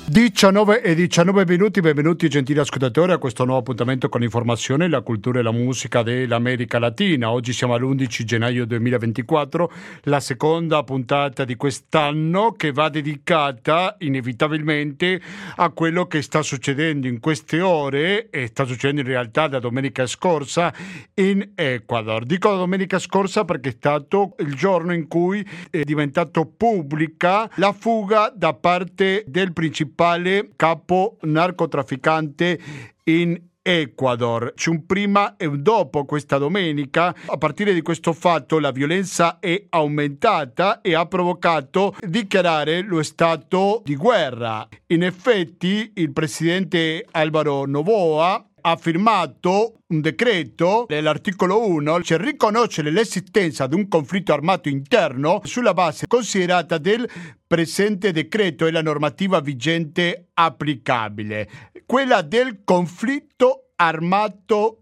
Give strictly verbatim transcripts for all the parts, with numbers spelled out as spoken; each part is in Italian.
diciannove e diciannove minuti, benvenuti gentili ascoltatori a questo nuovo appuntamento con l'informazione, la cultura e la musica dell'America Latina. Oggi siamo all'undici gennaio duemilaventiquattro, la seconda puntata di quest'anno che va dedicata inevitabilmente a quello che sta succedendo in queste ore e sta succedendo in realtà da domenica scorsa in Ecuador. Dico domenica scorsa perché è stato il giorno in cui è diventato pubblica la fuga da parte del principale capo narcotrafficante in Ecuador. C'è un prima e un dopo questa domenica. A partire di questo fatto la violenza è aumentata e ha provocato dichiarare lo stato di guerra. In effetti il presidente Álvaro Noboa ha firmato un decreto, l'articolo uno, che riconosce l'esistenza di un conflitto armato interno sulla base considerata del presente decreto e la normativa vigente applicabile, quella del conflitto armato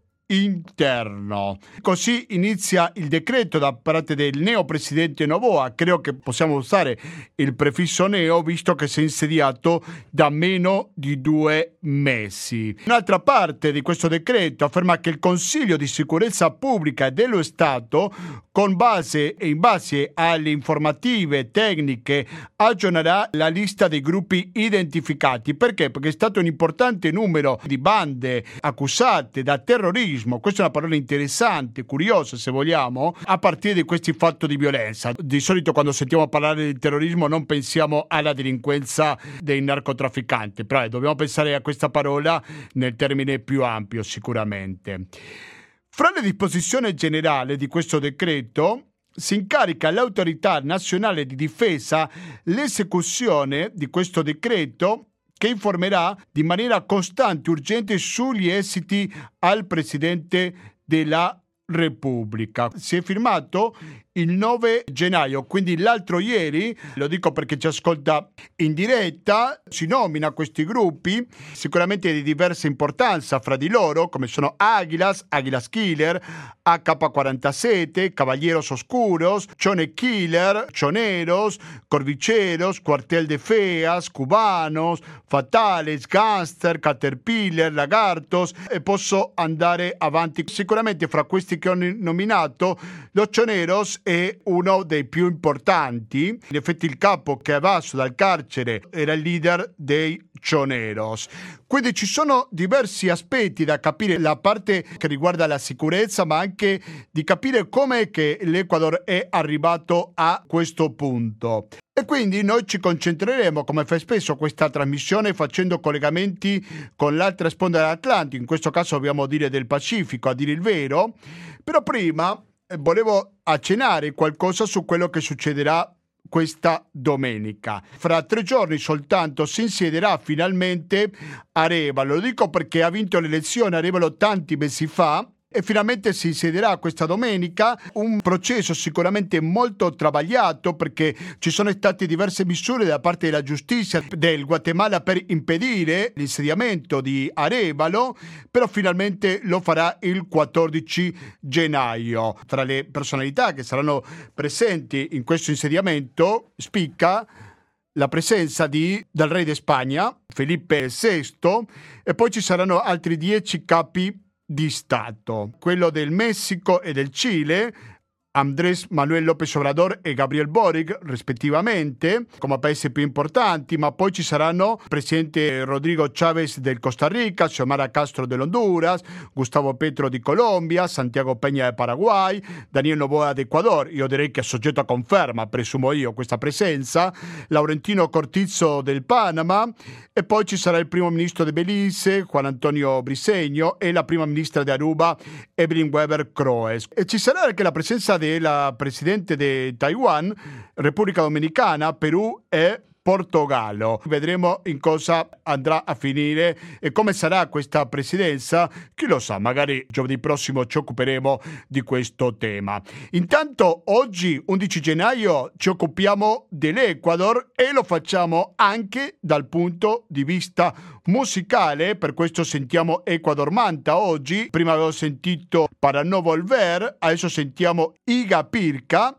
interno. Così inizia il decreto da parte del neopresidente Noboa. Credo che possiamo usare il prefisso neo visto che si è insediato da meno di due mesi. Un'altra parte di questo decreto afferma che il Consiglio di sicurezza pubblica dello Stato, con base e in base alle informative tecniche, aggiornerà la lista dei gruppi identificati. Perché? Perché è stato un importante numero di bande accusate da terrorismo. Questa è una parola interessante, curiosa se vogliamo, a partire di questi fatti di violenza. Di solito quando sentiamo parlare di terrorismo non pensiamo alla delinquenza dei narcotrafficanti, però eh, dobbiamo pensare a questa parola nel termine più ampio sicuramente. Fra le disposizioni generali di questo decreto si incarica l'Autorità Nazionale di Difesa l'esecuzione di questo decreto, che informerà di maniera costante e urgente sugli esiti al Presidente della Repubblica. Si è firmato il nove gennaio, quindi l'altro ieri, lo dico perché ci ascolta in diretta, si nomina questi gruppi, sicuramente di diversa importanza fra di loro, come sono Águilas, Águilas Killer, A K quarantasette, Caballeros Oscuros, Chone Killer, Choneros, Corvicheros, Cuartel de Feas, Cubanos, Fatales, Gangster, Caterpillar, Lagartos, e posso andare avanti. Sicuramente fra questi che ho nominato, Los Choneros è uno dei più importanti. In effetti il capo che è evaso dal carcere era il leader dei Choneros. Quindi ci sono diversi aspetti da capire, la parte che riguarda la sicurezza, ma anche di capire come che l'Ecuador è arrivato a questo punto. E quindi noi ci concentreremo, come fa spesso questa trasmissione, facendo collegamenti con l'altra sponda dell'Atlantico, in questo caso dobbiamo dire del Pacifico, a dire il vero. Però prima eh, volevo accennare qualcosa su quello che succederà questa domenica. Fra tre giorni soltanto si insiederà finalmente Arévalo. Lo dico perché ha vinto le elezioni Arévalo tanti mesi fa e finalmente si insiederà questa domenica. Un processo sicuramente molto travagliato perché ci sono state diverse misure da parte della giustizia del Guatemala per impedire l'insediamento di Arévalo, però finalmente lo farà il quattordici gennaio. Tra le personalità che saranno presenti in questo insediamento spicca la presenza di, del re di Spagna, Felipe sesto, e poi ci saranno altri dieci capi di Stato, quello del Messico e del Cile, Andrés Manuel López Obrador e Gabriel Boric rispettivamente come paesi più importanti, ma poi ci saranno il presidente Rodrigo Chávez del Costa Rica, Xiomara Castro dell'Honduras, Gustavo Petro di Colombia, Santiago Peña del Paraguay, Daniel Noboa d'Ecuador, io direi che è soggetto a conferma, presumo io, questa presenza, Laurentino Cortizo del Panama, e poi ci sarà il primo ministro di Belize, Juan Antonio Briceño, e la prima ministra di Aruba, Evelyn Weber Croes. E ci sarà anche la presenza della presidente di Taiwan, Repubblica Dominicana, Perù e Portogallo. Vedremo in cosa andrà a finire e come sarà questa presidenza. Chi lo sa, magari giovedì prossimo ci occuperemo di questo tema. Intanto oggi, undici gennaio, ci occupiamo dell'Ecuador e lo facciamo anche dal punto di vista musicale. Per questo sentiamo Ecuador Manta oggi. Prima avevo sentito Para no volver, adesso sentiamo Iga Pirca.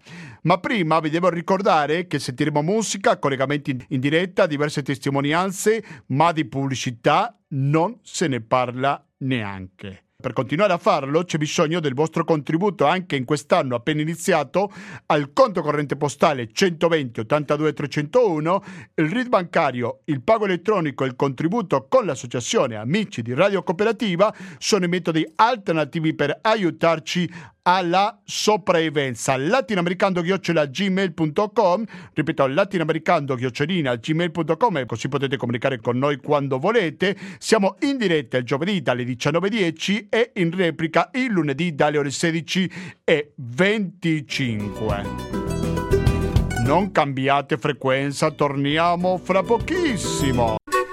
Ma prima vi devo ricordare che sentiremo musica, collegamenti in in diretta, diverse testimonianze, ma di pubblicità non se ne parla neanche. Per continuare a farlo c'è bisogno del vostro contributo anche in quest'anno appena iniziato al conto corrente postale centoventi ottantadue trecentouno, il R I D bancario, il pago elettronico e il contributo con l'associazione Amici di Radio Cooperativa sono i metodi alternativi per aiutarci alla sopravvivenza. Latinoamericando chiocciola gmail punto com, ripeto, latinoamericando chiocciolina gmail punto com, e così potete comunicare con noi quando volete. Siamo in diretta il giovedì dalle diciannove e dieci e in replica il lunedì dalle ore sedici e venticinque. Non cambiate frequenza, torniamo fra pochissimo.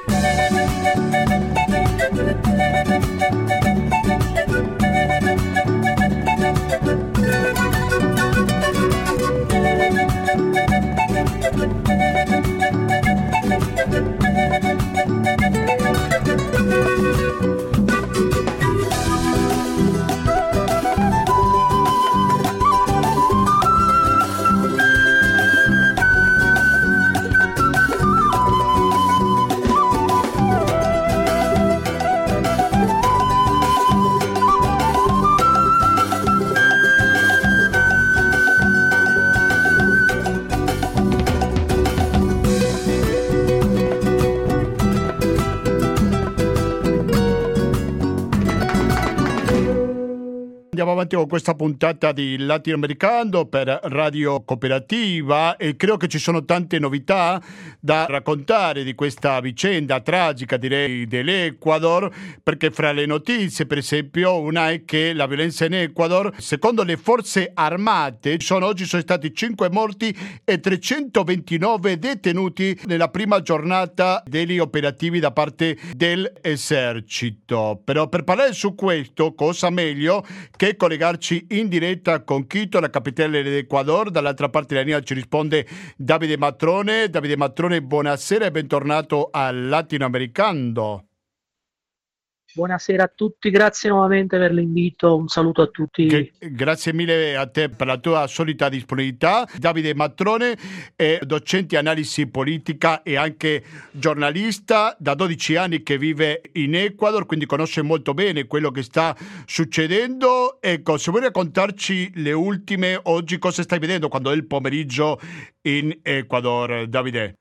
Andiamo avanti con questa puntata di Latinoamericano per Radio Cooperativa e credo che ci sono tante novità da raccontare di questa vicenda tragica, direi, dell'Ecuador, perché fra le notizie, per esempio, una è che la violenza in Ecuador, secondo le forze armate, sono, oggi sono stati cinque morti e trecentoventinove detenuti nella prima giornata degli operativi da parte dell'esercito. Però per parlare su questo, cosa meglio che collegarci in diretta con Quito, la capitale dell'Ecuador. Dall'altra parte della linea ci risponde Davide Matrone. Davide Matrone, buonasera e bentornato al Latinoamericano. Buonasera a tutti, grazie nuovamente per l'invito, un saluto a tutti. G- grazie mille a te per la tua solita disponibilità. Davide Matrone è docente di analisi politica e anche giornalista, da dodici anni che vive in Ecuador, quindi conosce molto bene quello che sta succedendo. Ecco, se vuoi raccontarci le ultime, oggi cosa stai vedendo quando è il pomeriggio in Ecuador, Davide?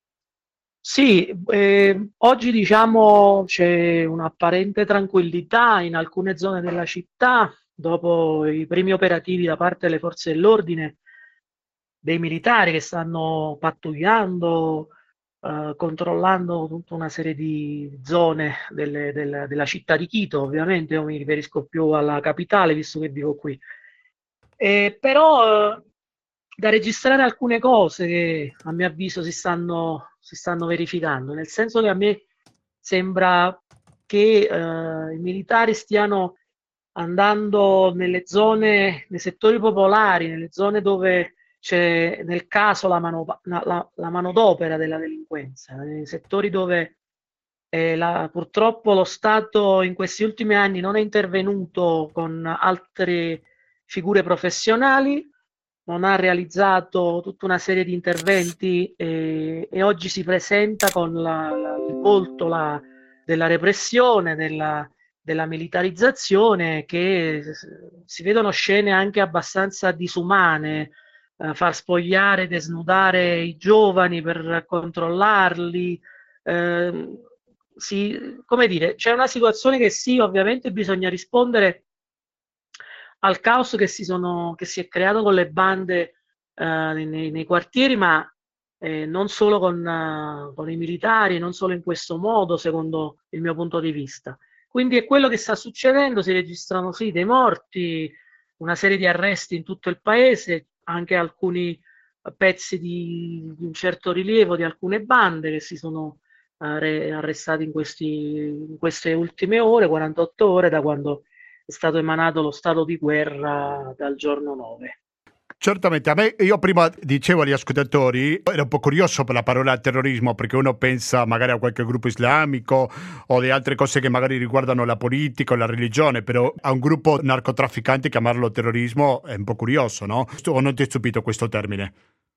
Sì, eh, oggi diciamo c'è un'apparente tranquillità in alcune zone della città dopo i primi operativi da parte delle forze dell'ordine, dei militari che stanno pattugliando, eh, controllando tutta una serie di zone delle- della della città di Quito. Ovviamente io mi riferisco più alla capitale visto che vivo qui. Eh, però eh, da registrare alcune cose che a mio avviso si stanno, si stanno verificando, nel senso che a me sembra che eh, i militari stiano andando nelle zone, nei settori popolari, nelle zone dove c'è nel caso la, mano, la, la manodopera della delinquenza, nei settori dove eh, la, purtroppo lo Stato in questi ultimi anni non è intervenuto con altre figure professionali, non ha realizzato tutta una serie di interventi eh, e oggi si presenta con la, la, il volto la, della repressione, della, della militarizzazione, che si vedono scene anche abbastanza disumane, eh, far spogliare e desnudare i giovani per controllarli. Eh, si, come dire, c'è una situazione che sì, ovviamente bisogna rispondere al caos che si, sono, che si è creato con le bande eh, nei, nei quartieri, ma eh, non solo con, uh, con i militari, non solo in questo modo, secondo il mio punto di vista. Quindi è quello che sta succedendo, si registrano sì dei morti, una serie di arresti in tutto il paese, anche alcuni pezzi di, di un certo rilievo di alcune bande che si sono uh, arrestati in, questi, in queste ultime ore, quarantotto ore, da quando è stato emanato lo stato di guerra dal giorno nove. Certamente, a me, io prima dicevo agli ascoltatori, ero un po' curioso per la parola terrorismo, perché uno pensa magari a qualche gruppo islamico o di altre cose che magari riguardano la politica o la religione, però a un gruppo narcotrafficante chiamarlo terrorismo è un po' curioso, no? O non ti è stupito questo termine?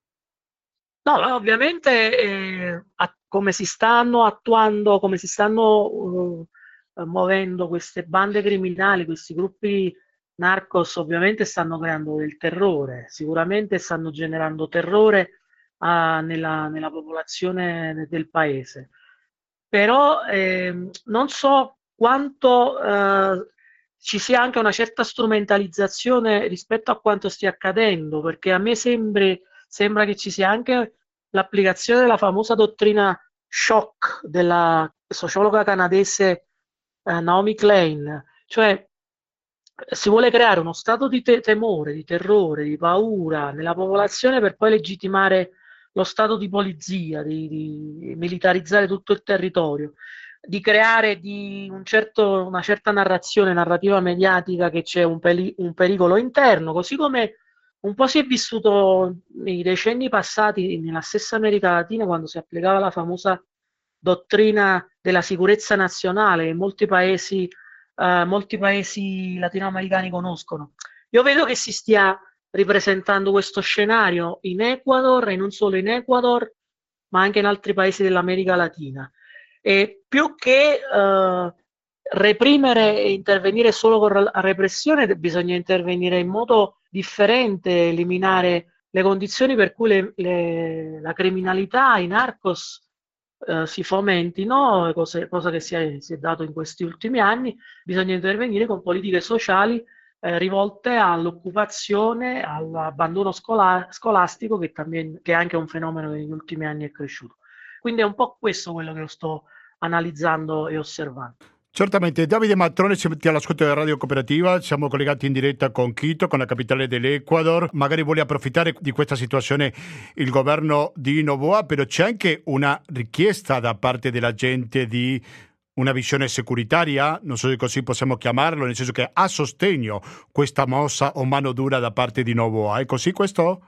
No, ma ovviamente eh, a- come si stanno attuando, come si stanno eh, muovendo queste bande criminali, questi gruppi narcos, ovviamente stanno creando del terrore, sicuramente stanno generando terrore ah, nella, nella popolazione del paese. Però ehm, non so quanto eh, ci sia anche una certa strumentalizzazione rispetto a quanto stia accadendo, perché a me sembri- sembra che ci sia anche l'applicazione della famosa dottrina shock della sociologa canadese eh, Naomi Klein, cioè si vuole creare uno stato di te- temore, di terrore, di paura nella popolazione per poi legittimare lo stato di polizia, di, di militarizzare tutto il territorio, di creare di un certo- una certa narrazione, narrativa mediatica che c'è un, peli- un pericolo interno, così come un po' si è vissuto nei decenni passati nella stessa America Latina quando si applicava la famosa dottrina della sicurezza nazionale che molti paesi, eh, molti paesi latinoamericani conoscono. Io vedo che si stia ripresentando questo scenario in Ecuador e non solo in Ecuador, ma anche in altri paesi dell'America Latina. E più che eh, reprimere e intervenire solo con la repressione, bisogna intervenire in modo differente, eliminare le condizioni per cui le, le, la criminalità, i narcos eh, si fomentino, cosa, cosa che si è, si è dato in questi ultimi anni. Bisogna intervenire con politiche sociali eh, rivolte all'occupazione, all'abbandono scola- scolastico, che, también, che è anche un fenomeno che negli ultimi anni è cresciuto. Quindi è un po' questo quello che io sto analizzando e osservando. Certamente, Davide Matrone, siete all'ascolto della Radio Cooperativa, siamo collegati in diretta con Quito, con la capitale dell'Ecuador. Magari vuole approfittare di questa situazione il governo di Noboa, però c'è anche una richiesta da parte della gente di una visione securitaria, non so se così possiamo chiamarlo, nel senso che ha sostegno questa mossa o mano dura da parte di Noboa. È così questo?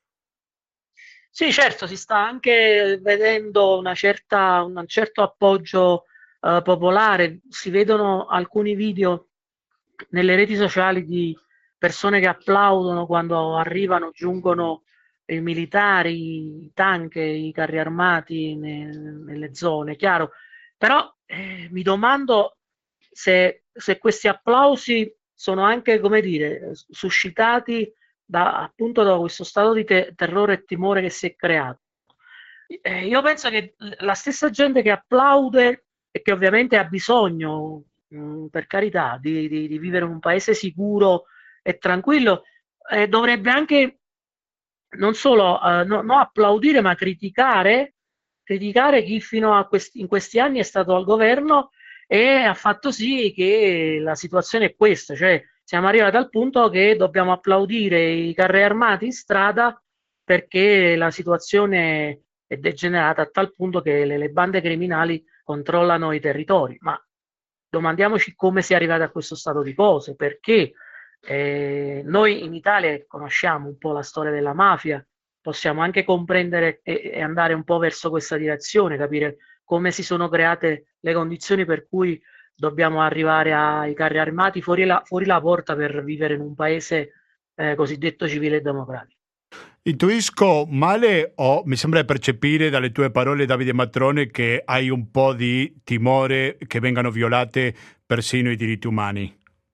Sì, certo, si sta anche vedendo una certa, un certo appoggio eh, popolare. Si vedono alcuni video nelle reti sociali di persone che applaudono quando arrivano, giungono i militari, i tank, i carri armati ne- nelle zone, chiaro. Però eh, mi domando se, se questi applausi sono anche, come dire, suscitati da, appunto da questo stato di te- terrore e timore che si è creato. Eh, io penso che la stessa gente che applaude e che ovviamente ha bisogno, mh, per carità, di, di- di vivere in un paese sicuro e tranquillo, eh, dovrebbe anche non solo eh, no, no applaudire, ma criticare, criticare chi fino a questi, in questi anni è stato al governo e ha fatto sì che la situazione è questa, cioè siamo arrivati al punto che dobbiamo applaudire i carri armati in strada perché la situazione è degenerata a tal punto che le, le bande criminali controllano i territori. Ma domandiamoci come si è arrivati a questo stato di cose, perché eh, noi in Italia conosciamo un po' la storia della mafia, possiamo anche comprendere e, e andare un po' verso questa direzione, capire come si sono create le condizioni per cui dobbiamo arrivare ai carri armati fuori la, fuori la porta per vivere in un paese eh, cosiddetto civile e democratico. Intuisco male o mi sembra percepire dalle tue parole, Davide Matrone, che hai un po' di timore che vengano violate persino i diritti umani.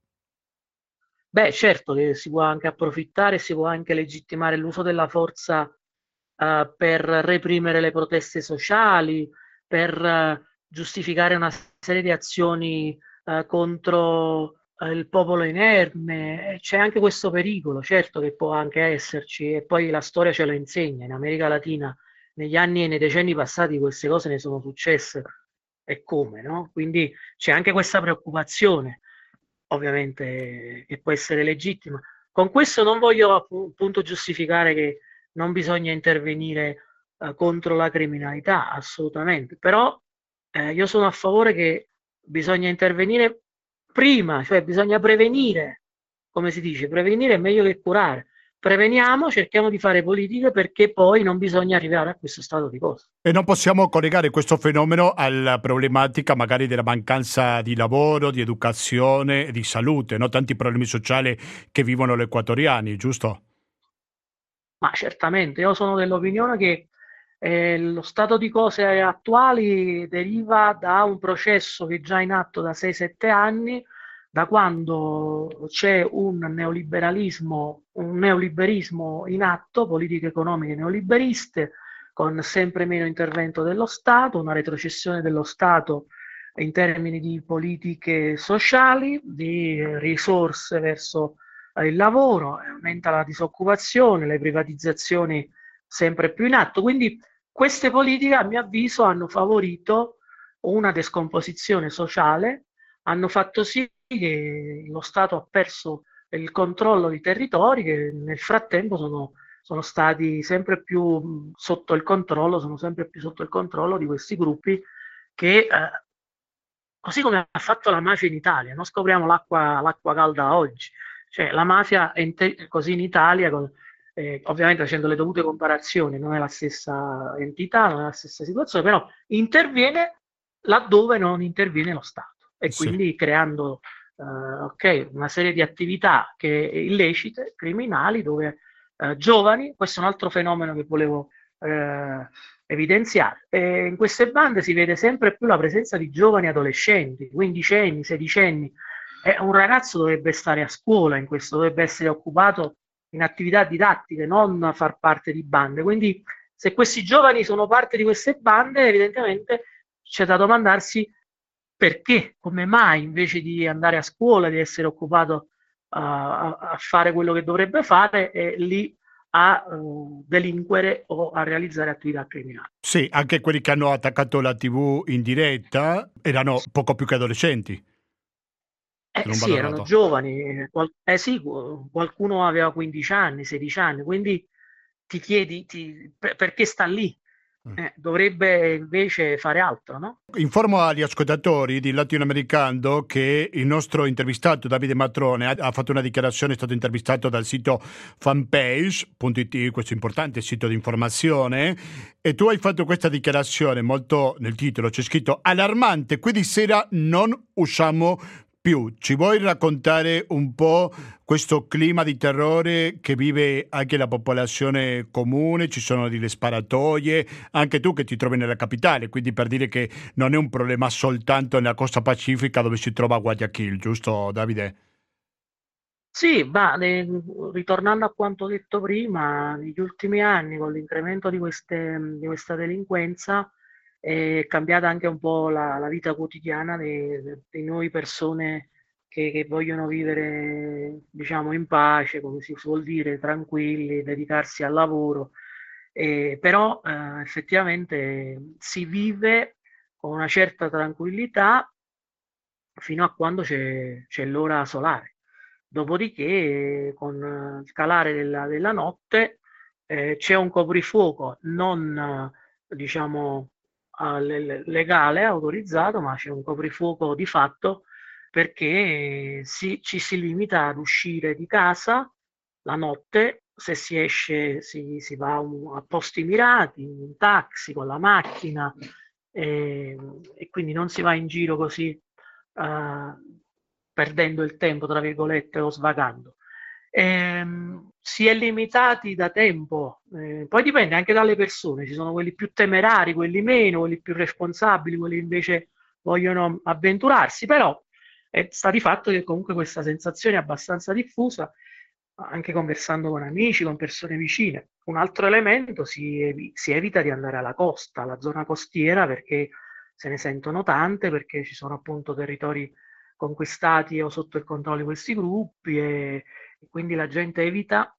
Beh, certo che si può anche approfittare, si può anche legittimare l'uso della forza eh, per reprimere le proteste sociali, per eh, giustificare una serie di azioni eh, contro eh, il popolo inerme. C'è anche questo pericolo, certo che può anche esserci, e poi la storia ce lo insegna. In America Latina, negli anni e nei decenni passati, queste cose ne sono successe e come, no? Quindi c'è anche questa preoccupazione, ovviamente, che può essere legittima. Con questo non voglio appunto giustificare che non bisogna intervenire eh, contro la criminalità, assolutamente, però eh, io sono a favore che bisogna intervenire prima, cioè bisogna prevenire, come si dice, prevenire è meglio che curare, preveniamo, cerchiamo di fare politiche perché poi non bisogna arrivare a questo stato di cose. E non possiamo collegare questo fenomeno alla problematica magari della mancanza di lavoro, di educazione e di salute, no? Tanti problemi sociali che vivono gli equatoriani, giusto? Ma certamente, io sono dell'opinione che eh, lo stato di cose attuali deriva da un processo che è già in atto da sei sette anni, da quando c'è un neoliberalismo, un neoliberismo in atto, politiche economiche neoliberiste, con sempre meno intervento dello Stato, una retrocessione dello Stato in termini di politiche sociali, di risorse verso il lavoro, aumenta la disoccupazione, le privatizzazioni sempre più in atto. Quindi queste politiche, a mio avviso, hanno favorito una descomposizione sociale, hanno fatto sì che lo Stato ha perso il controllo di territori che nel frattempo sono, sono stati sempre più sotto il controllo, sono sempre più sotto il controllo di questi gruppi che, eh, così come ha fatto la mafia in Italia, non scopriamo l'acqua, l'acqua calda oggi. Cioè, la mafia è in te- così in Italia, con- eh, ovviamente facendo le dovute comparazioni, non è la stessa entità, non è la stessa situazione, però interviene laddove non interviene lo Stato e Sì. quindi creando eh, ok, una serie di attività che illecite, criminali, dove eh, giovani, questo è un altro fenomeno che volevo eh, evidenziare. E in queste bande si vede sempre più la presenza di giovani adolescenti, quindicenni, sedicenni. E un ragazzo dovrebbe stare a scuola in questo, dovrebbe essere occupato in attività didattiche, non far parte di bande. Quindi se questi giovani sono parte di queste bande, evidentemente c'è da domandarsi perché, come mai invece di andare a scuola, di essere occupato uh, a, a fare quello che dovrebbe fare, è lì a uh, delinquere o a realizzare attività criminali. Sì, anche quelli che hanno attaccato la tivù in diretta erano poco più che adolescenti. Eh Se non sì, vado erano errato. giovani, qual- eh sì, qualcuno aveva quindici anni, sedici anni, quindi ti chiedi ti- per- perché sta lì? Eh, dovrebbe invece fare altro, no? Informo agli ascoltatori di Latinoamericano che il nostro intervistato Davide Matrone ha, ha fatto una dichiarazione, è stato intervistato dal sito fanpage punto it, questo importante sito di informazione, e tu hai fatto questa dichiarazione molto, nel titolo c'è scritto allarmante, qui di sera non usciamo più. Ci vuoi raccontare un po' questo clima di terrore che vive anche la popolazione comune? Ci sono delle sparatorie, anche tu che ti trovi nella capitale, quindi per dire che non è un problema soltanto nella costa pacifica dove si trova Guayaquil, giusto Davide? Sì, ma eh, ritornando a quanto detto prima, negli ultimi anni con l'incremento di, queste, di questa delinquenza è cambiata anche un po' la, la vita quotidiana di noi persone che, che vogliono vivere, diciamo, in pace, come si suol dire, tranquilli, dedicarsi al lavoro. Eh, però eh, effettivamente si vive con una certa tranquillità fino a quando c'è, c'è l'ora solare. Dopodiché, con il calare della, della notte, eh, c'è un coprifuoco non, eh, diciamo, eh, le- legale, autorizzato, ma c'è un coprifuoco di fatto perché si- ci si limita ad uscire di casa la notte. Se si esce si, si va un- a posti mirati, in taxi, con la macchina, e, e quindi non si va in giro così eh, perdendo il tempo, tra virgolette, o svagando. Ehm, si è limitati da tempo, eh, poi dipende anche dalle persone, ci sono quelli più temerari, quelli meno, quelli più responsabili, quelli invece vogliono avventurarsi, però è sta di fatto che comunque questa sensazione è abbastanza diffusa, anche conversando con amici, con persone vicine. Un altro elemento, si, evi- si evita di andare alla costa, alla zona costiera, perché se ne sentono tante, perché ci sono appunto territori conquistati o sotto il controllo di questi gruppi e, e quindi la gente evita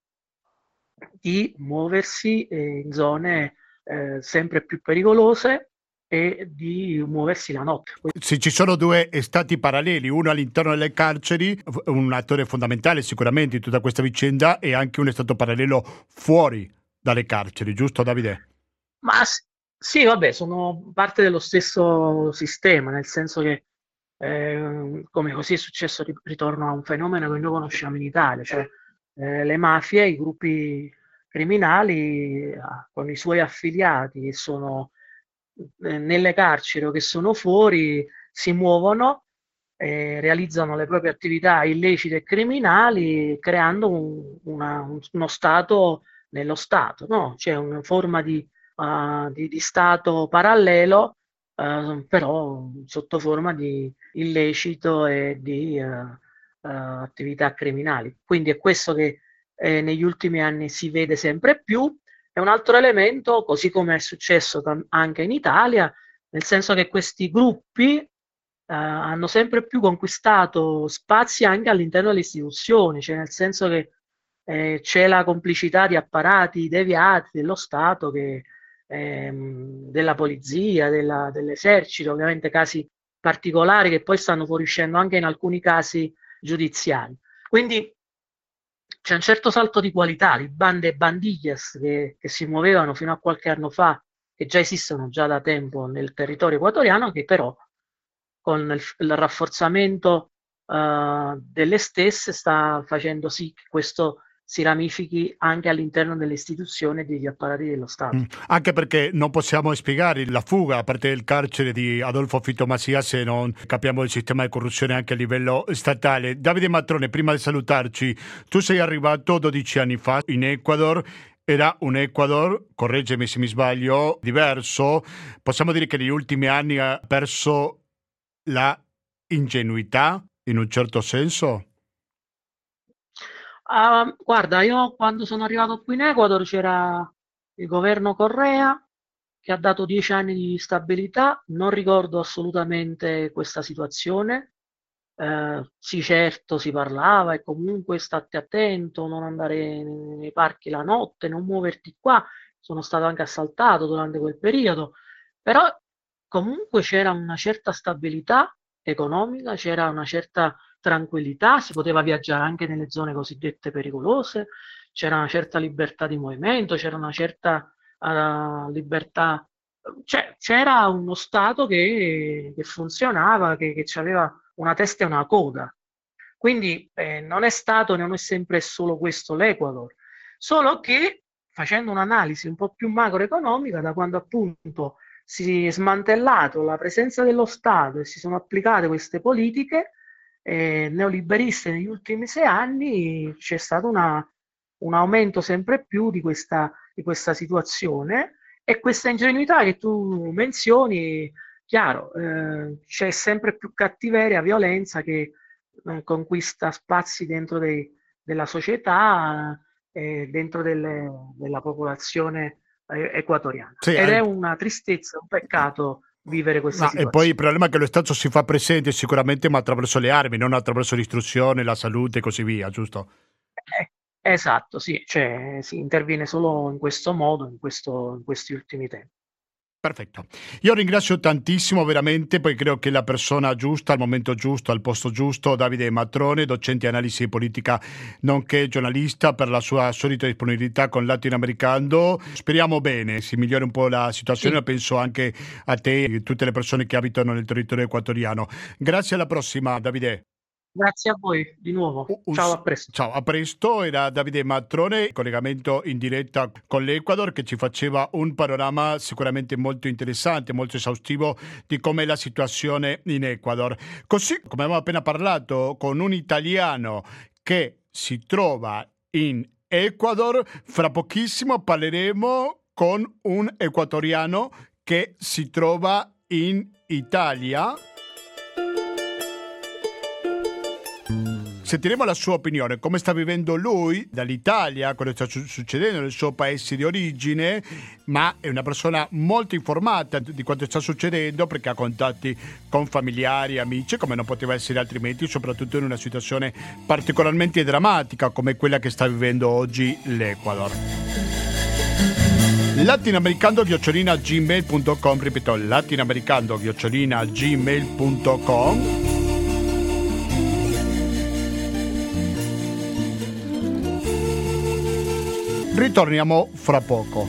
di muoversi eh, in zone eh, sempre più pericolose e di muoversi la notte. Se ci sono due stati paralleli, uno all'interno delle carceri, un attore fondamentale sicuramente in tutta questa vicenda, e anche un stato parallelo fuori dalle carceri, giusto Davide? Ma sì, vabbè, sono parte dello stesso sistema, nel senso che eh, come così è successo, ritorno a un fenomeno che noi conosciamo in Italia, cioè eh, le mafie, i gruppi criminali eh, con i suoi affiliati che sono eh, nelle carceri o che sono fuori, si muovono e realizzano le proprie attività illecite e criminali creando un- una- un- uno Stato nello Stato, no? C'è una forma di, uh, di- di Stato parallelo, uh, però sotto forma di illecito e di uh, uh, attività criminali. Quindi è questo che eh, negli ultimi anni si vede sempre più. È un altro elemento, così come è successo tam- anche in Italia, nel senso che questi gruppi eh, hanno sempre più conquistato spazi anche all'interno delle istituzioni, cioè nel senso che eh, c'è la complicità di apparati deviati dello Stato, che, ehm, della polizia, della- dell'esercito, ovviamente casi particolari che poi stanno fuoriuscendo anche in alcuni casi giudiziari. Quindi c'è un certo salto di qualità, le bande e bandiglias che, che si muovevano fino a qualche anno fa, che già esistono già da tempo nel territorio equatoriano, che però con il, il rafforzamento uh, delle stesse sta facendo sì che questo si ramifichi anche all'interno delle istituzioni e degli apparati dello Mm. Stato. Anche perché non possiamo spiegare la fuga a parte del carcere di Adolfo Fito Masia se non capiamo il sistema di corruzione anche a livello statale. Davide Matrone, prima di salutarci, tu sei arrivato dodici anni fa in Ecuador. Era un Ecuador, correggimi se mi sbaglio, diverso. Possiamo dire che negli ultimi anni ha perso la ingenuità in un certo senso? Ah, guarda, io quando sono arrivato qui in Ecuador c'era il governo Correa che ha dato dieci anni di stabilità, non ricordo assolutamente questa situazione. Eh, sì, certo, si parlava e comunque state attento, non andare nei, nei parchi la notte, non muoverti qua. Sono stato anche assaltato durante quel periodo, però comunque c'era una certa stabilità economica, c'era una certa tranquillità, si poteva viaggiare anche nelle zone cosiddette pericolose, c'era una certa libertà di movimento, c'era una certa uh, libertà, cioè, c'era uno Stato che, che funzionava, che, che aveva una testa e una coda. Quindi eh, non è stato, non è sempre solo questo l'Ecuador, solo che facendo un'analisi un po' più macroeconomica, da quando appunto si è smantellato la presenza dello Stato e si sono applicate queste politiche eh, neoliberiste negli ultimi sei anni, c'è stato una, un aumento sempre più di questa, di questa situazione e questa ingenuità che tu menzioni, chiaro, eh, c'è sempre più cattiveria, violenza che eh, conquista spazi dentro dei, della società, eh, dentro delle, della popolazione eh, equatoriana. Sì, Ed è eh, una tristezza, un peccato vivere questa ma, e poi il situazione. problema è che lo Stato si fa presente sicuramente, ma attraverso le armi, non attraverso l'istruzione, la salute e così via, giusto? Eh, esatto, sì, cioè, si interviene solo in questo modo, in, questo, in questi ultimi tempi. Perfetto. Io ringrazio tantissimo veramente, poi credo che la persona giusta, al momento giusto, al posto giusto, Davide Matrone, docente di analisi politica, nonché giornalista, per la sua solita disponibilità con Latinoamericano. Speriamo bene, si migliori un po' la situazione, Sì, penso anche a te e a tutte le persone che abitano nel territorio equatoriano. Grazie, alla prossima, Davide. grazie a voi di nuovo. Un- un Ciao, s- a presto. Ciao, a presto. Era Davide Matrone, collegamento in diretta con l'Ecuador, che ci faceva un panorama sicuramente molto interessante, molto esaustivo di com'è la situazione in Ecuador. Così come abbiamo appena parlato con un italiano che si trova in Ecuador, fra pochissimo parleremo con un equatoriano che si trova in Italia. Sentiremo la sua opinione, come sta vivendo lui dall'Italia, cosa sta su- succedendo nel suo paese di origine, ma è una persona molto informata di quanto sta succedendo perché ha contatti con familiari, amici, come non poteva essere altrimenti, soprattutto in una situazione particolarmente drammatica come quella che sta vivendo oggi l'Ecuador. Latinoamericando chiocciolina gmail punto com, ripeto, latinoamericando chiocciolina gmail punto com. Ritorniamo fra poco.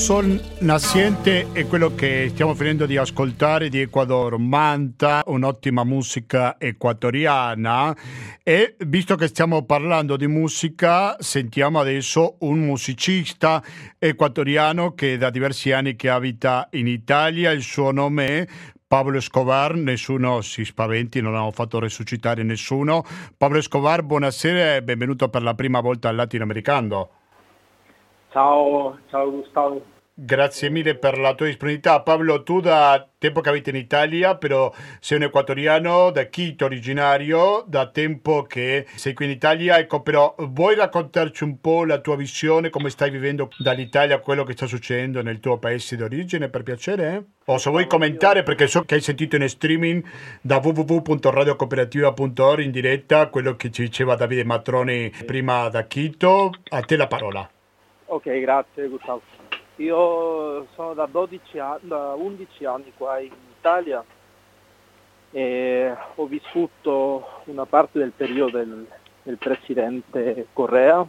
Sol Nasciente è quello che stiamo finendo di ascoltare di Ecuador, Manta, un'ottima musica equatoriana. E visto che stiamo parlando di musica, sentiamo adesso un musicista equatoriano che da diversi anni che abita in Italia. Il suo nome è Pablo Escobar. Nessuno si spaventi, non ho fatto resuscitare nessuno. Pablo Escobar, buonasera e benvenuto per la prima volta al Latinoamericano. Ciao, ciao Gustavo. Grazie mille per la tua disponibilità. Pablo, tu da tempo che abiti in Italia, però sei un equatoriano da Quito originario, da tempo che sei qui in Italia. Ecco, però vuoi raccontarci un po' la tua visione, come stai vivendo dall'Italia, quello che sta succedendo nel tuo paese d'origine, per piacere? Eh? O se vuoi commentare, perché so che hai sentito in streaming da w w w punto radio cooperativa punto org in diretta quello che ci diceva Davide Matroni prima da Quito. A te la parola. Ok, grazie Gustavo. Io sono da dodici anni, da undici anni qua in Italia e ho vissuto una parte del periodo del, del presidente Correa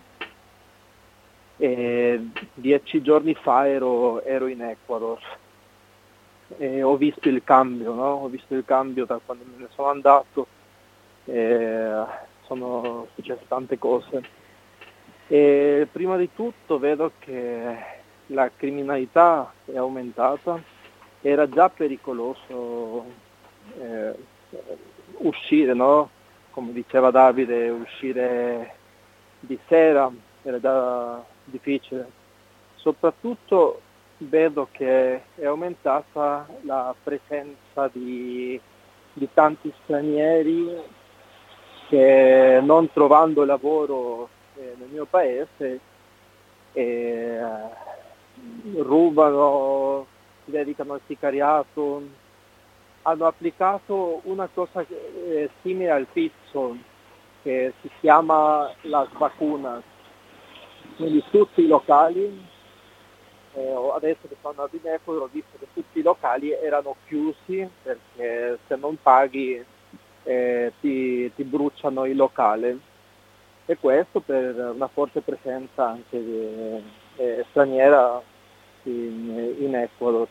e dieci giorni fa ero, ero in Ecuador e ho visto il cambio, no? Ho visto il cambio da quando me ne sono andato e sono successe tante cose. E prima di tutto vedo che la criminalità è aumentata, era già pericoloso eh, uscire, no? Come diceva Davide, uscire di sera era già difficile. Soprattutto vedo che è aumentata la presenza di, di tanti stranieri che non trovando lavoro nel mio paese e uh, rubano, si dedicano al sicariato, hanno applicato una cosa eh, simile al pizzo che si chiama las vacunas, quindi tutti i locali, eh, adesso che sono andato in Ecuador ho visto che tutti i locali erano chiusi perché se non paghi eh, ti, ti bruciano il locale. E questo per una forte presenza anche di, eh, straniera in, in Ecuador.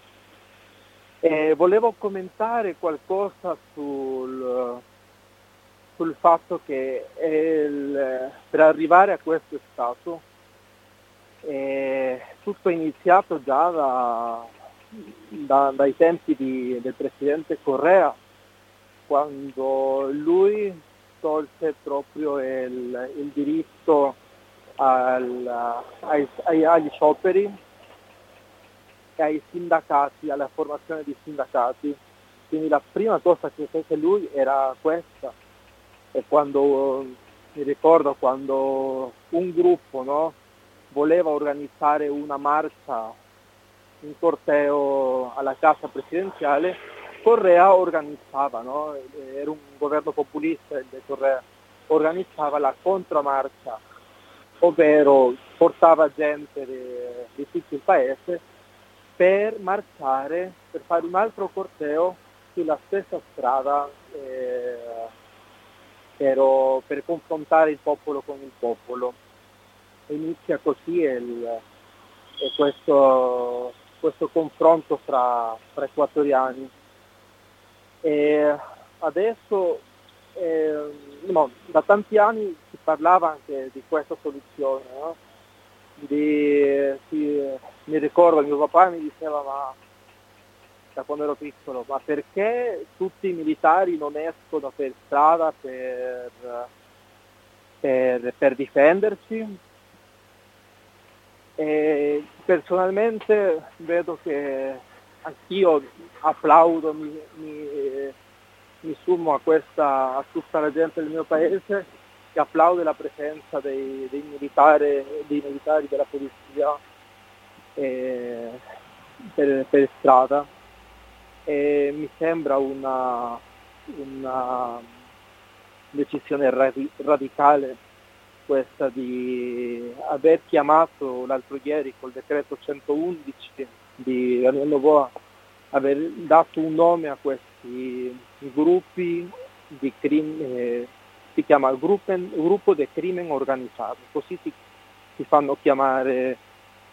E volevo commentare qualcosa sul, sul fatto che il, per arrivare a questo stato eh, tutto è iniziato già da, da, dai tempi di, del presidente Correa, quando lui tolse proprio il, il diritto al, ai, ai, agli scioperi e ai sindacati, alla formazione di sindacati. Quindi la prima cosa che fece lui era questa. E quando mi ricordo quando un gruppo, no, voleva organizzare una marcia, un corteo alla casa presidenziale, Correa organizzava, no? Era un governo populista, il Correa organizzava la contromarcia, ovvero portava gente di, di tutto il paese per marciare, per fare un altro corteo sulla stessa strada eh, per, per confrontare il popolo con il popolo. E inizia così il, e questo, questo confronto fra, fra equatoriani. E adesso eh, no, da tanti anni si parlava anche di questa soluzione, no? di, si, mi ricordo che mio papà mi diceva, ma da quando ero piccolo, ma perché tutti i militari non escono per strada per, per, per difenderci? E personalmente vedo che anch'io applaudo, mi, mi, mi sumo a questa, a tutta la gente del mio paese che applaude la presenza dei, dei, militari, dei militari della polizia eh, per, per strada. E mi sembra una, una decisione radi- radicale questa di aver chiamato l'altro ieri col decreto centoundici di Daniel Noboa, aver dato un nome a questi gruppi di crimine, eh, si chiama Gruppen, gruppo di crimen organizzato, così si, si fanno chiamare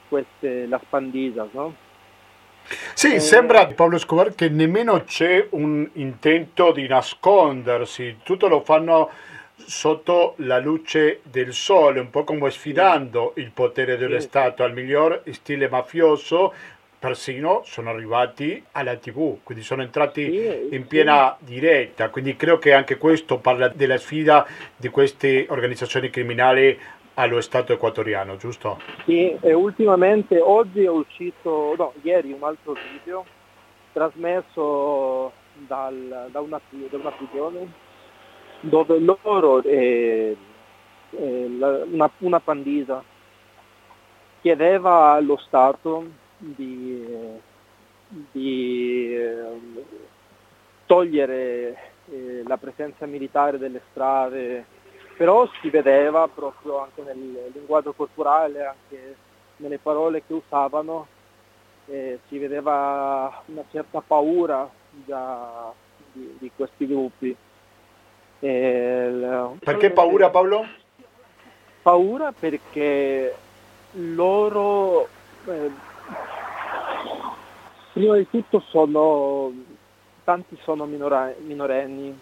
queste, las pandillas, no? Sì, Eh, sembra Pablo Escobar che nemmeno c'è un intento di nascondersi, tutto lo fanno sotto la luce del sole, un po' come sì, sfidando il potere dello sì, sì, Stato al miglior stile mafioso, persino sono arrivati alla T V, quindi sono entrati sì, in sì, piena diretta, quindi credo che anche questo parla della sfida di queste organizzazioni criminali allo Stato equatoriano, giusto? sì, e ultimamente oggi è uscito, no, ieri un altro video trasmesso dal- da, una, pri- da una prigione dove loro, eh, eh, la- una, una pandita chiedeva allo Stato di, eh, di eh, togliere eh, la presenza militare delle strade, però si vedeva proprio anche nel linguaggio corporale, anche nelle parole che usavano, eh, si vedeva una certa paura già di, di questi gruppi. E il- Perché paura, solamente Paolo? paura perché loro, eh, prima di tutto, sono tanti sono minora- minorenni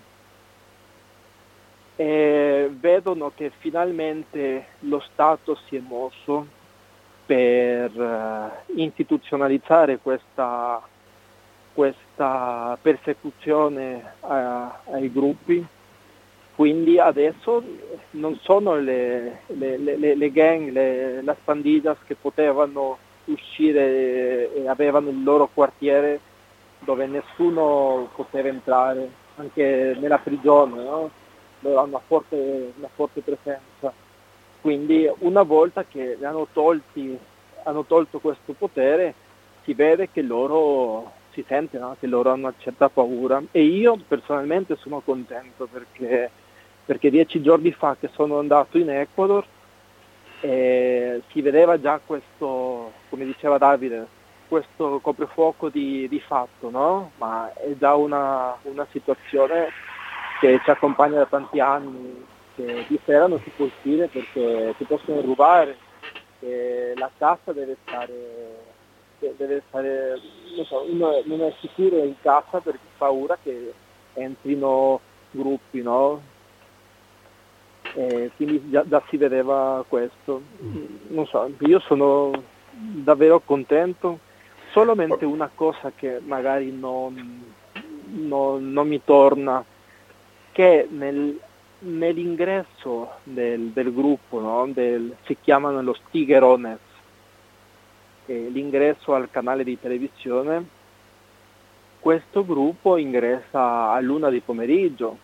e vedono che finalmente lo Stato si è mosso per eh, istituzionalizzare questa, questa persecuzione a- ai gruppi. Quindi adesso non sono le, le, le, le gang, le, las pandillas che potevano uscire e avevano il loro quartiere dove nessuno poteva entrare, anche nella prigione, no? Loro hanno una forte, una forte presenza. Quindi una volta che ne hanno, tolti, hanno tolto questo potere, si vede che loro si sente, no? Che loro hanno una certa paura. E io personalmente sono contento perché, perché dieci giorni fa che sono andato in Ecuador eh, si vedeva già questo, come diceva Davide, questo coprifuoco di, di fatto, no? Ma è già una, una situazione che ci accompagna da tanti anni, che di sera non si può uscire perché ti possono rubare, che la casa deve stare, deve stare non so, uno non è sicuro in casa perché ha paura che entrino gruppi, no? E quindi già, già si vedeva questo. Non so, io sono davvero contento, solamente una cosa che magari non, non, non mi torna, che nel, nell'ingresso del, del gruppo, no? Del, si chiamano los tiguerones, eh, l'ingresso al canale di televisione, questo gruppo ingressa a luna di pomeriggio,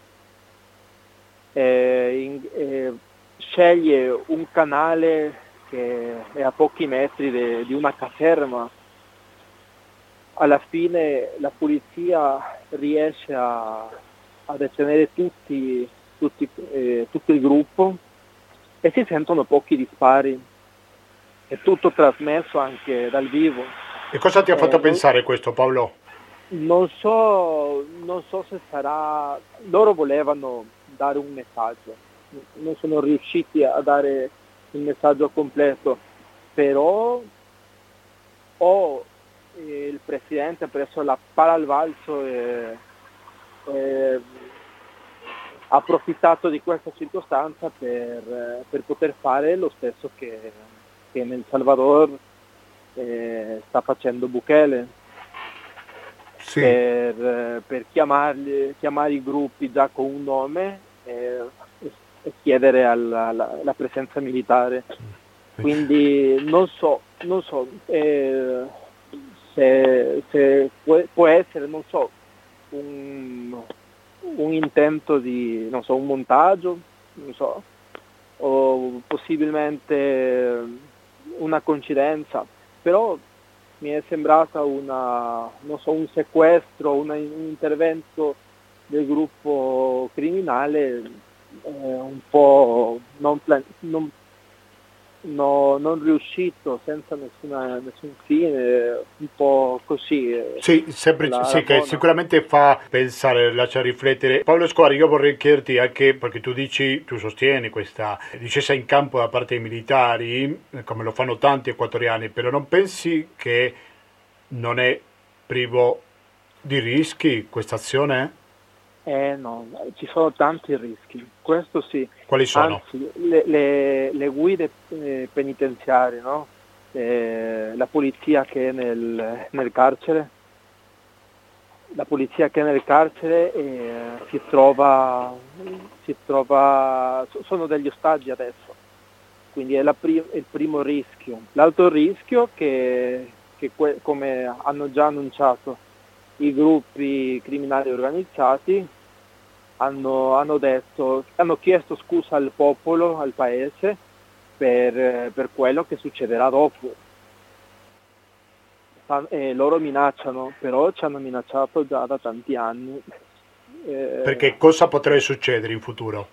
eh, in, eh, sceglie un canale che è a pochi metri de, di una caserma. Alla fine la polizia riesce a, a detenere tutti, tutti, eh, tutto il gruppo e si sentono pochi dispari. È tutto trasmesso anche dal vivo. E cosa ti ha fatto Eh, non, pensare questo, Paolo? non so, non so se sarà. Loro volevano dare un messaggio, non sono riusciti a dare il messaggio completo, però o eh, il presidente ha preso la palla al balzo e, e ha approfittato di questa circostanza per, per poter fare lo stesso che, che nel Salvador eh, sta facendo Bukele. Sì. Per, per chiamarli, chiamare i gruppi già con un nome e, e chiedere alla, la, la presenza militare. Quindi non so, non so eh, se, se può, può essere, non so, un, un intento di, non so, un montaggio, non so, o possibilmente una coincidenza, però mi è sembrata una, non so, un sequestro, una, un intervento del gruppo criminale eh, un po' non, plan- non, no, non riuscito, senza nessuna, nessun fine, un po' così. Sì, sempre, la, sì la che sicuramente fa pensare, lascia riflettere. Paolo Scoari, io vorrei chiederti anche, perché tu dici, tu sostieni questa discesa in campo da parte dei militari, come lo fanno tanti equatoriani, però non pensi che non è privo di rischi questa azione? Eh no, ci sono tanti rischi, questo sì. Quali sono? Anzi, le, le, le guide eh, penitenziarie, no? Eh, la polizia che è nel, nel carcere, la polizia che è nel carcere eh, si trova, si trova, sono degli ostaggi adesso, quindi è, la prim- è il primo rischio. L'altro rischio che, che que- come hanno già annunciato i gruppi criminali organizzati, hanno, hanno detto, hanno chiesto scusa al popolo, al paese, per, per quello che succederà dopo. E loro minacciano, però ci hanno minacciato già da tanti anni. Eh, Perché cosa potrebbe succedere in futuro?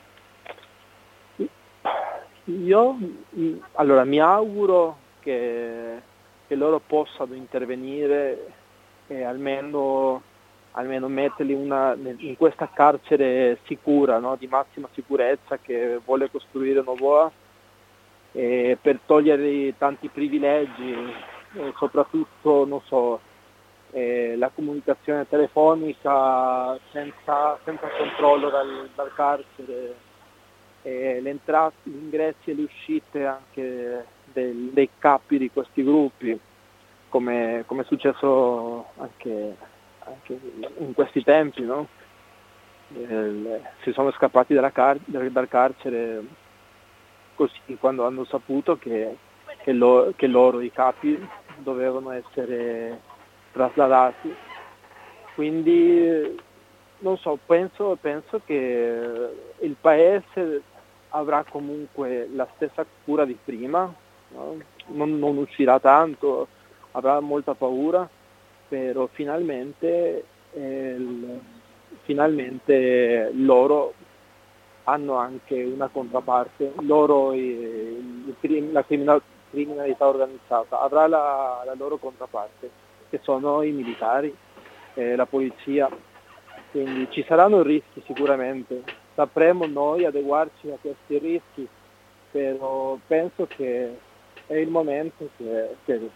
Io allora mi auguro che, che loro possano intervenire e almeno, almeno metterli una, in questa carcere sicura, no? Di massima sicurezza che vuole costruire Noboa, e per togliere tanti privilegi, e soprattutto non so, eh, la comunicazione telefonica senza, senza controllo dal, dal carcere, e le entrate, gli ingressi e le uscite anche del, dei capi di questi gruppi, come, come è successo anche, anche in questi tempi, no? Eh, si sono scappati dalla car- dal carcere così quando hanno saputo che, che, lo, che loro, i capi, dovevano essere trasladati. Quindi non so, penso, penso che il paese avrà comunque la stessa cura di prima, no? non, non uscirà tanto, avrà molta paura, però finalmente, eh, il, finalmente loro hanno anche una controparte, loro, i, i, la criminal, criminalità organizzata avrà la, la loro controparte, che sono i militari, eh, la polizia. Quindi ci saranno rischi sicuramente, sapremo noi adeguarci a questi rischi, però penso che è il momento che, che,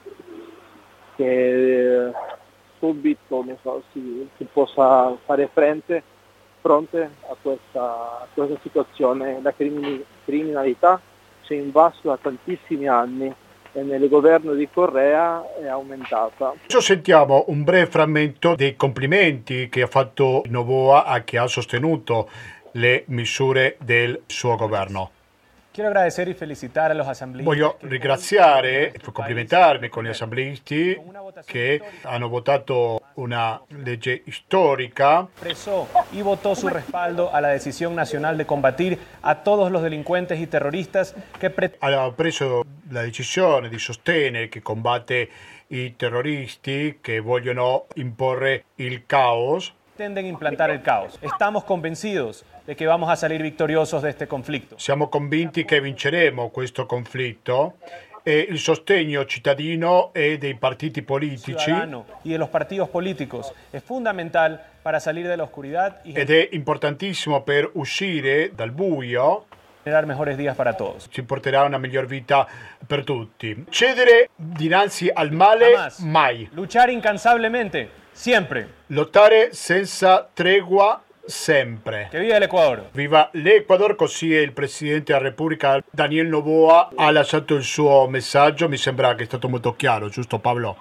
che subito non so, si, si possa fare fronte, fronte a, questa, a questa situazione. La criminalità si è invaso da tantissimi anni e nel governo di Correa è aumentata. Adesso sentiamo un breve frammento dei complimenti che ha fatto Noboa a chi ha sostenuto le misure del suo governo. Quiero agradecer y felicitar a los asambleístas. Voglio ringraziare e complimentarmi con gli assembleisti che hanno votato una legge storica. Expresó y votó su respaldo a la decisión nacional de combatir a todos los delincuentes y terroristas que ha preso la decisione di sostenere che combatte i terroristi che vogliono imporre il caos. pretenden implantar el caos. Estamos convencidos de que vamos a salir victoriosos de este conflicto. Siamo convinti che vinceremo questo conflitto e il sostegno cittadino e dei partiti politici y de los partidos políticos es fundamental para salir de la oscuridad y ed è importantissimo per uscire dal buio. Generar mejores días para todos. Ci porterà una miglior vita per tutti. Cedere dinanzi al male Jamás. mai. Luchar incansablemente, siempre. Lottare senza tregua sempre. Que viva el Ecuador. Viva l'Ecuador, così il Presidente della Repubblica Daniel Noboa ha lasciato il suo messaggio, mi sembra che è stato molto chiaro, giusto Paolo?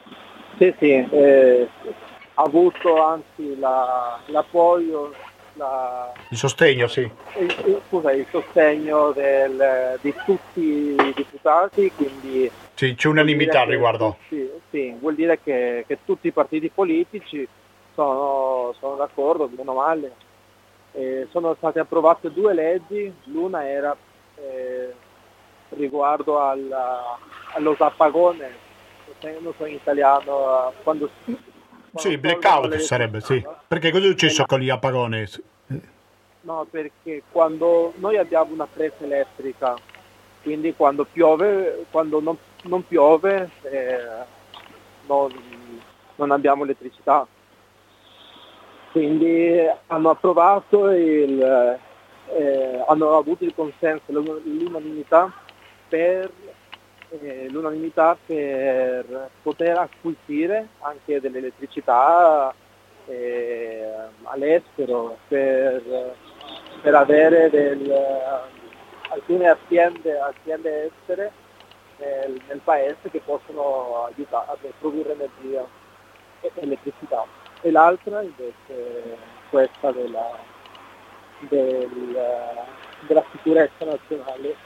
Sì, sì, eh, ha avuto anzi la, l'appoggio, la, il sostegno, sì. Il, il, scusa, il sostegno del, di tutti i deputati, quindi... Sì, c'è unanimità al riguardo. Sì, sì, vuol dire che, che tutti i partiti politici sono, sono d'accordo, meno male. Eh, sono state approvate due leggi, l'una era eh, riguardo alla, allo apagone, non so in italiano, quando... quando sì, blackout sarebbe, sì. No? Perché cosa è successo con gli apagoni? No, perché quando noi abbiamo una presa elettrica quindi quando piove, quando non, non piove eh, non, non abbiamo elettricità. Quindi hanno approvato, il, eh, hanno avuto il consenso, l'unanimità per, eh, l'unanimità per poter acquisire anche dell'elettricità eh, all'estero, per, per avere del, alcune aziende, aziende estere nel, nel paese che possono aiutare a produrre energia e elettricità. E l'altra invece questa della, del, della sicurezza nazionale.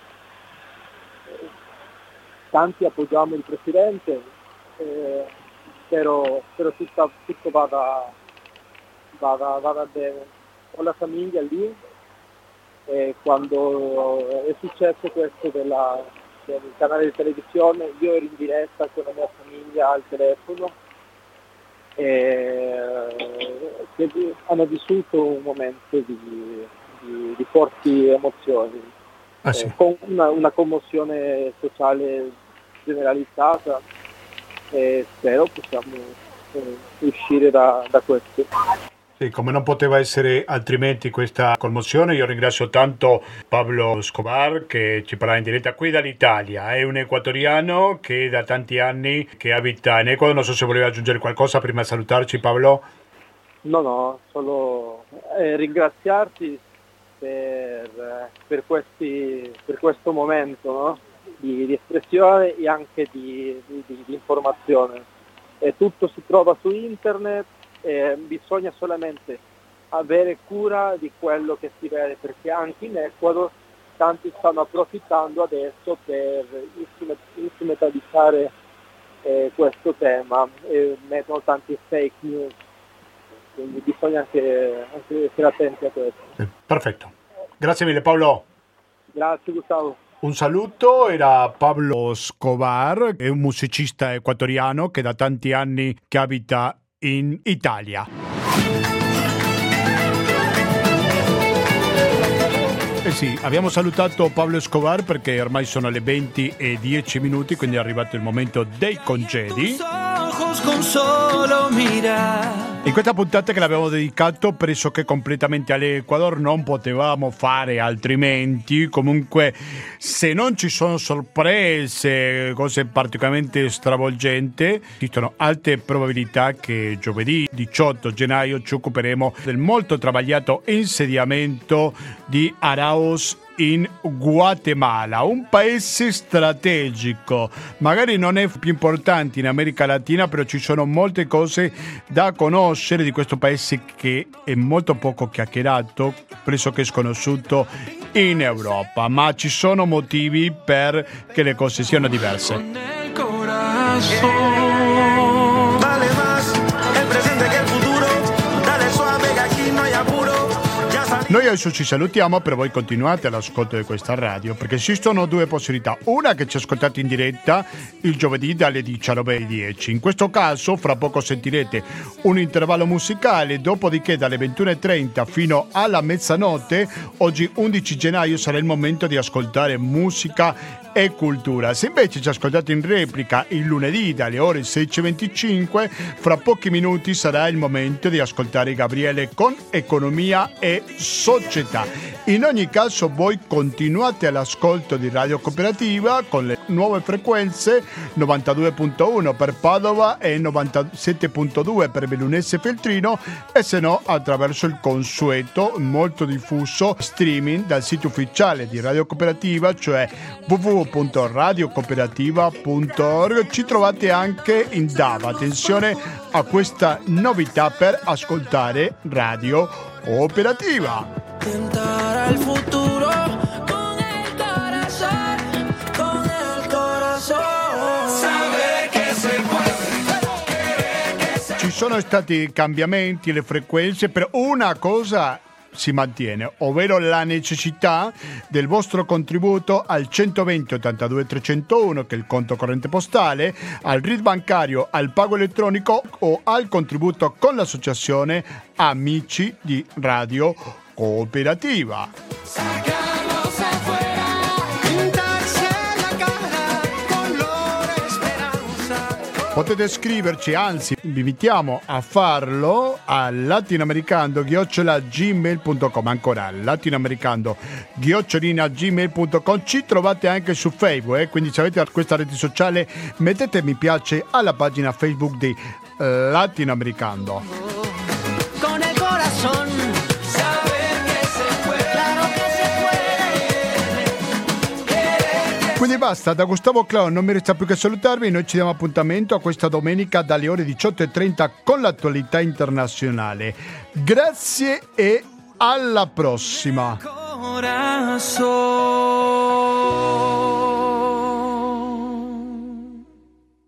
Tanti appoggiamo il Presidente, eh, spero, spero tutto, tutto vada, vada, vada bene. Ho la famiglia lì e quando è successo questo della, del canale di televisione io ero in diretta con la mia famiglia al telefono e che hanno vissuto un momento di, di, di forti emozioni, ah, sì. eh, con una, una commozione sociale generalizzata e spero possiamo eh, uscire da, da questo. Sì, come non poteva essere altrimenti questa commozione, io ringrazio tanto Pablo Escobar che ci parla in diretta qui dall'Italia. È un equatoriano che da tanti anni che abita in Ecuador. Non so se voleva aggiungere qualcosa prima di salutarci, Pablo. No, no, solo eh, ringraziarti per, per, questi, per questo momento, no? di, di espressione e anche di, di, di, di informazione. E tutto si trova su internet. Eh, bisogna solamente avere cura di quello che si vede, perché anche in Ecuador tanti stanno approfittando adesso per strumentalizzare eh, questo tema e mettono tanti fake news, quindi bisogna anche, anche essere attenti a questo. Sì, perfetto, grazie mille Paolo. Grazie Gustavo. Un saluto, era Pablo Escobar, è un musicista equatoriano che da tanti anni che abita in Italia. Eh sì, abbiamo salutato Pablo Escobar perché ormai sono le venti e dieci minuti, quindi è arrivato il momento dei congedi. Con solo mirar. In questa puntata che l'abbiamo dedicato pressoché completamente all'Ecuador, non potevamo fare altrimenti. Comunque, se non ci sono sorprese, cose particolarmente stravolgenti, esistono alte probabilità che giovedì diciotto gennaio ci occuperemo del molto travagliato insediamento di Arauz in Guatemala, un paese strategico, magari non è più importante in America Latina, però ci sono molte cose da conoscere di questo paese che è molto poco chiacchierato, pressoché sconosciuto in Europa, ma ci sono motivi per che le cose siano diverse. Noi adesso ci salutiamo, però voi continuate all'ascolto di questa radio perché esistono due possibilità. Una che ci ascoltate in diretta il giovedì dalle diciannove alle dieci. In questo caso fra poco sentirete un intervallo musicale, dopodiché dalle ventuno e trenta fino alla mezzanotte, oggi undici gennaio, sarà il momento di ascoltare musica e cultura. Se invece ci ascoltate in replica il lunedì dalle ore sedici e venticinque, fra pochi minuti sarà il momento di ascoltare Gabriele con Economia e Società. In ogni caso voi continuate all'ascolto di Radio Cooperativa con le nuove frequenze novantadue virgola uno per Padova e novantasette virgola due per Bellunese e Feltrino, e se no attraverso il consueto molto diffuso streaming dal sito ufficiale di Radio Cooperativa, cioè w w w punto radio cooperativa punto org. Ci trovate anche in D A V. Attenzione a questa novità per ascoltare Radio Cooperativa. Tentar al futuro con el corazón, con el corazón. Saber que se puede, querer que se... Ci sono stati cambiamenti, le frequenze, per una cosa si mantiene, ovvero la necessità del vostro contributo al centoventi ottantadue trecentouno, che è il conto corrente postale, al R I D bancario, al pago elettronico o al contributo con l'associazione Amici di Radio Cooperativa. Sacarlos afuera, pintarse Potete scriverci, anzi vi invitiamo a farlo a latinoamericando chiocciola gmail punto com. Ancora latinoamericando chiocciolina gmail punto com. Ci trovate anche su Facebook, eh? Quindi se avete questa rete sociale mettete mi piace alla pagina Facebook di Latinoamericando. Con el corazón, saber que se puede, claro que se puede. Quindi basta, da Gustavo Clown non mi resta più che salutarvi. Noi ci diamo appuntamento a questa domenica dalle ore diciotto e trenta con l'attualità internazionale. Grazie e alla prossima. Corazón.